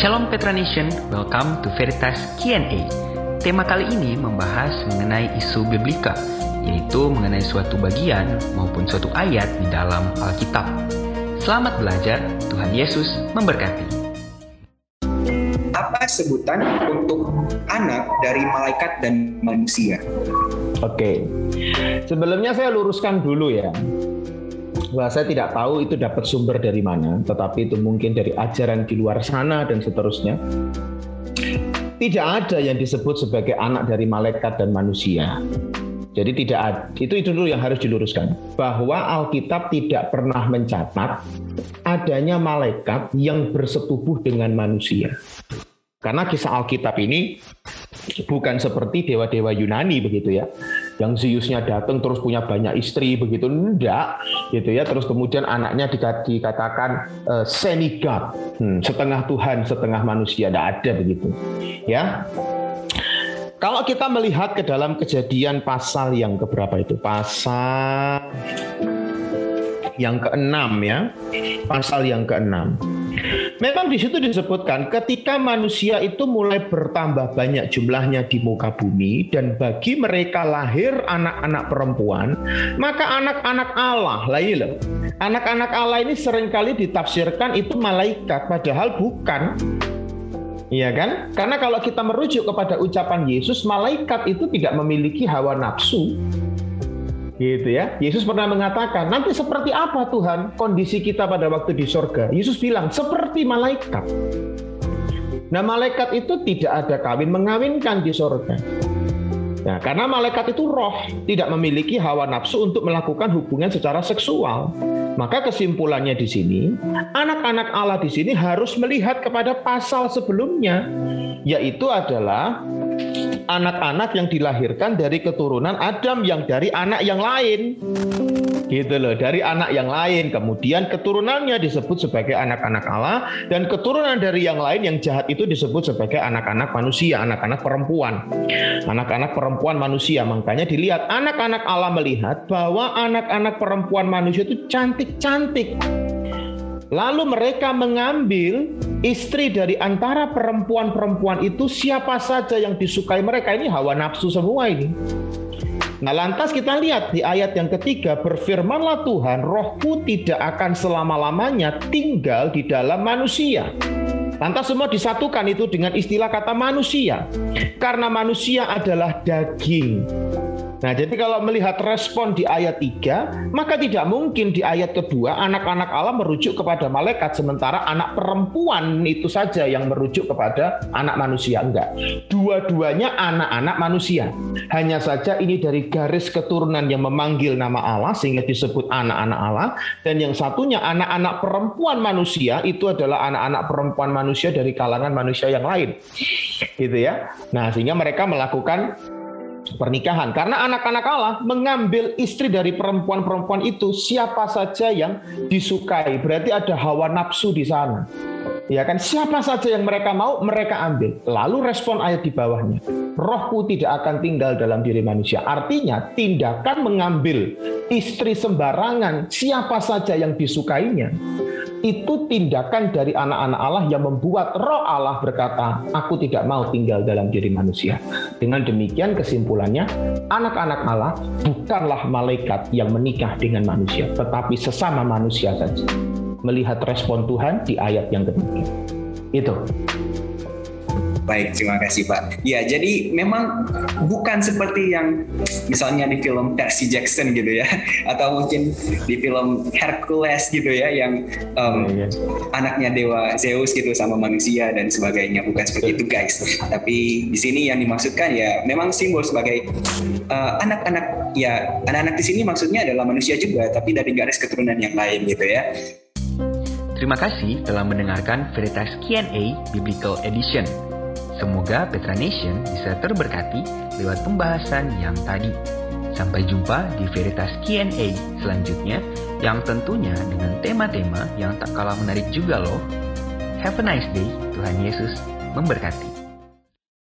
Shalom Petra Nation, welcome to Veritas Q&A. Tema kali ini membahas mengenai isu biblika, yaitu mengenai suatu bagian maupun suatu ayat di dalam Alkitab. Selamat belajar, Tuhan Yesus memberkati. Apa sebutan untuk anak dari malaikat dan manusia? Oke, sebelumnya saya luruskan dulu ya, bahwa saya tidak tahu itu dapat sumber dari mana, tetapi itu mungkin dari ajaran di luar sana dan seterusnya. Tidak ada yang disebut sebagai anak dari malaikat dan manusia. Jadi tidak ada, itu dulu yang harus diluruskan, bahwa Alkitab tidak pernah mencatat adanya malaikat yang bersetubuh dengan manusia. Karena kisah Alkitab ini bukan seperti dewa-dewa Yunani begitu ya, yang Zeusnya datang terus punya banyak istri begitu, enggak gitu ya. Terus kemudian anaknya dikatakan semigod, setengah Tuhan setengah manusia, enggak ada begitu ya. Kalau kita melihat ke dalam Kejadian pasal yang keberapa itu, pasal yang ke-6 ya, pasal yang ke-6. Memang di situ disebutkan ketika manusia itu mulai bertambah banyak jumlahnya di muka bumi, dan bagi mereka lahir anak-anak perempuan, maka anak-anak Allah, anak-anak Allah ini seringkali ditafsirkan itu malaikat, padahal bukan. Iya kan? Karena kalau kita merujuk kepada ucapan Yesus, malaikat itu tidak memiliki hawa nafsu. Gitu ya. Yesus pernah mengatakan, nanti seperti apa Tuhan kondisi kita pada waktu di surga? Yesus bilang, seperti malaikat. Nah, malaikat itu tidak ada kawin mengawinkan di surga. Nah, karena malaikat itu roh, tidak memiliki hawa nafsu untuk melakukan hubungan secara seksual. Maka kesimpulannya di sini, anak-anak Allah di sini harus melihat kepada pasal sebelumnya, yaitu adalah anak-anak yang dilahirkan dari keturunan Adam yang dari anak yang lain. Gitu loh, dari anak yang lain. Kemudian keturunannya disebut sebagai anak-anak Allah, dan keturunan dari yang lain yang jahat itu disebut sebagai anak-anak manusia, anak-anak perempuan. Anak-anak perempuan manusia. Makanya dilihat, anak-anak Allah melihat bahwa anak-anak perempuan manusia itu cantik-cantik. Lalu mereka mengambil istri dari antara perempuan-perempuan itu, siapa saja yang disukai mereka. Ini hawa nafsu semua ini. Nah, lantas kita lihat di ayat yang ketiga, berfirmanlah Tuhan, rohku tidak akan selama-lamanya tinggal di dalam manusia. Lantas semua disatukan itu dengan istilah kata manusia. Karena manusia adalah daging. Nah, jadi kalau melihat respon di ayat 3, maka tidak mungkin di ayat kedua anak-anak Allah merujuk kepada malaikat, sementara anak perempuan itu saja yang merujuk kepada anak manusia. Enggak. Dua-duanya anak-anak manusia. Hanya saja ini dari garis keturunan yang memanggil nama Allah sehingga disebut anak-anak Allah, dan yang satunya anak-anak perempuan manusia itu adalah anak-anak perempuan manusia dari kalangan manusia yang lain. Gitu ya. Nah, sehingga mereka melakukan pernikahan. Karena anak-anak Allah mengambil istri dari perempuan-perempuan itu, siapa saja yang disukai. Berarti ada hawa nafsu di sana. Ya kan, siapa saja yang mereka mau, mereka ambil. Lalu respon ayat di bawahnya, rohku tidak akan tinggal dalam diri manusia. Artinya tindakan mengambil istri sembarangan, siapa saja yang disukainya, itu tindakan dari anak-anak Allah yang membuat roh Allah berkata, aku tidak mau tinggal dalam diri manusia. Dengan demikian kesimpulannya, anak-anak Allah bukanlah malaikat yang menikah dengan manusia, tetapi sesama manusia saja. Melihat respon Tuhan di ayat yang ketiga. Itu. Baik, terima kasih Pak. Ya, jadi memang bukan seperti yang misalnya di film Percy Jackson gitu ya, atau mungkin di film Hercules gitu ya, yang anaknya dewa Zeus gitu sama manusia dan sebagainya. Bukan seperti itu guys. Tapi di sini yang dimaksudkan ya memang simbol sebagai anak-anak. Ya, anak-anak di sini maksudnya adalah manusia juga, tapi dari garis keturunan yang lain gitu ya. Terima kasih telah mendengarkan Veritas Q&A Biblical Edition. Semoga Petra Nation bisa terberkati lewat pembahasan yang tadi. Sampai jumpa di Veritas Q&A selanjutnya, yang tentunya dengan tema-tema yang tak kalah menarik juga loh. Have a nice day, Tuhan Yesus memberkati.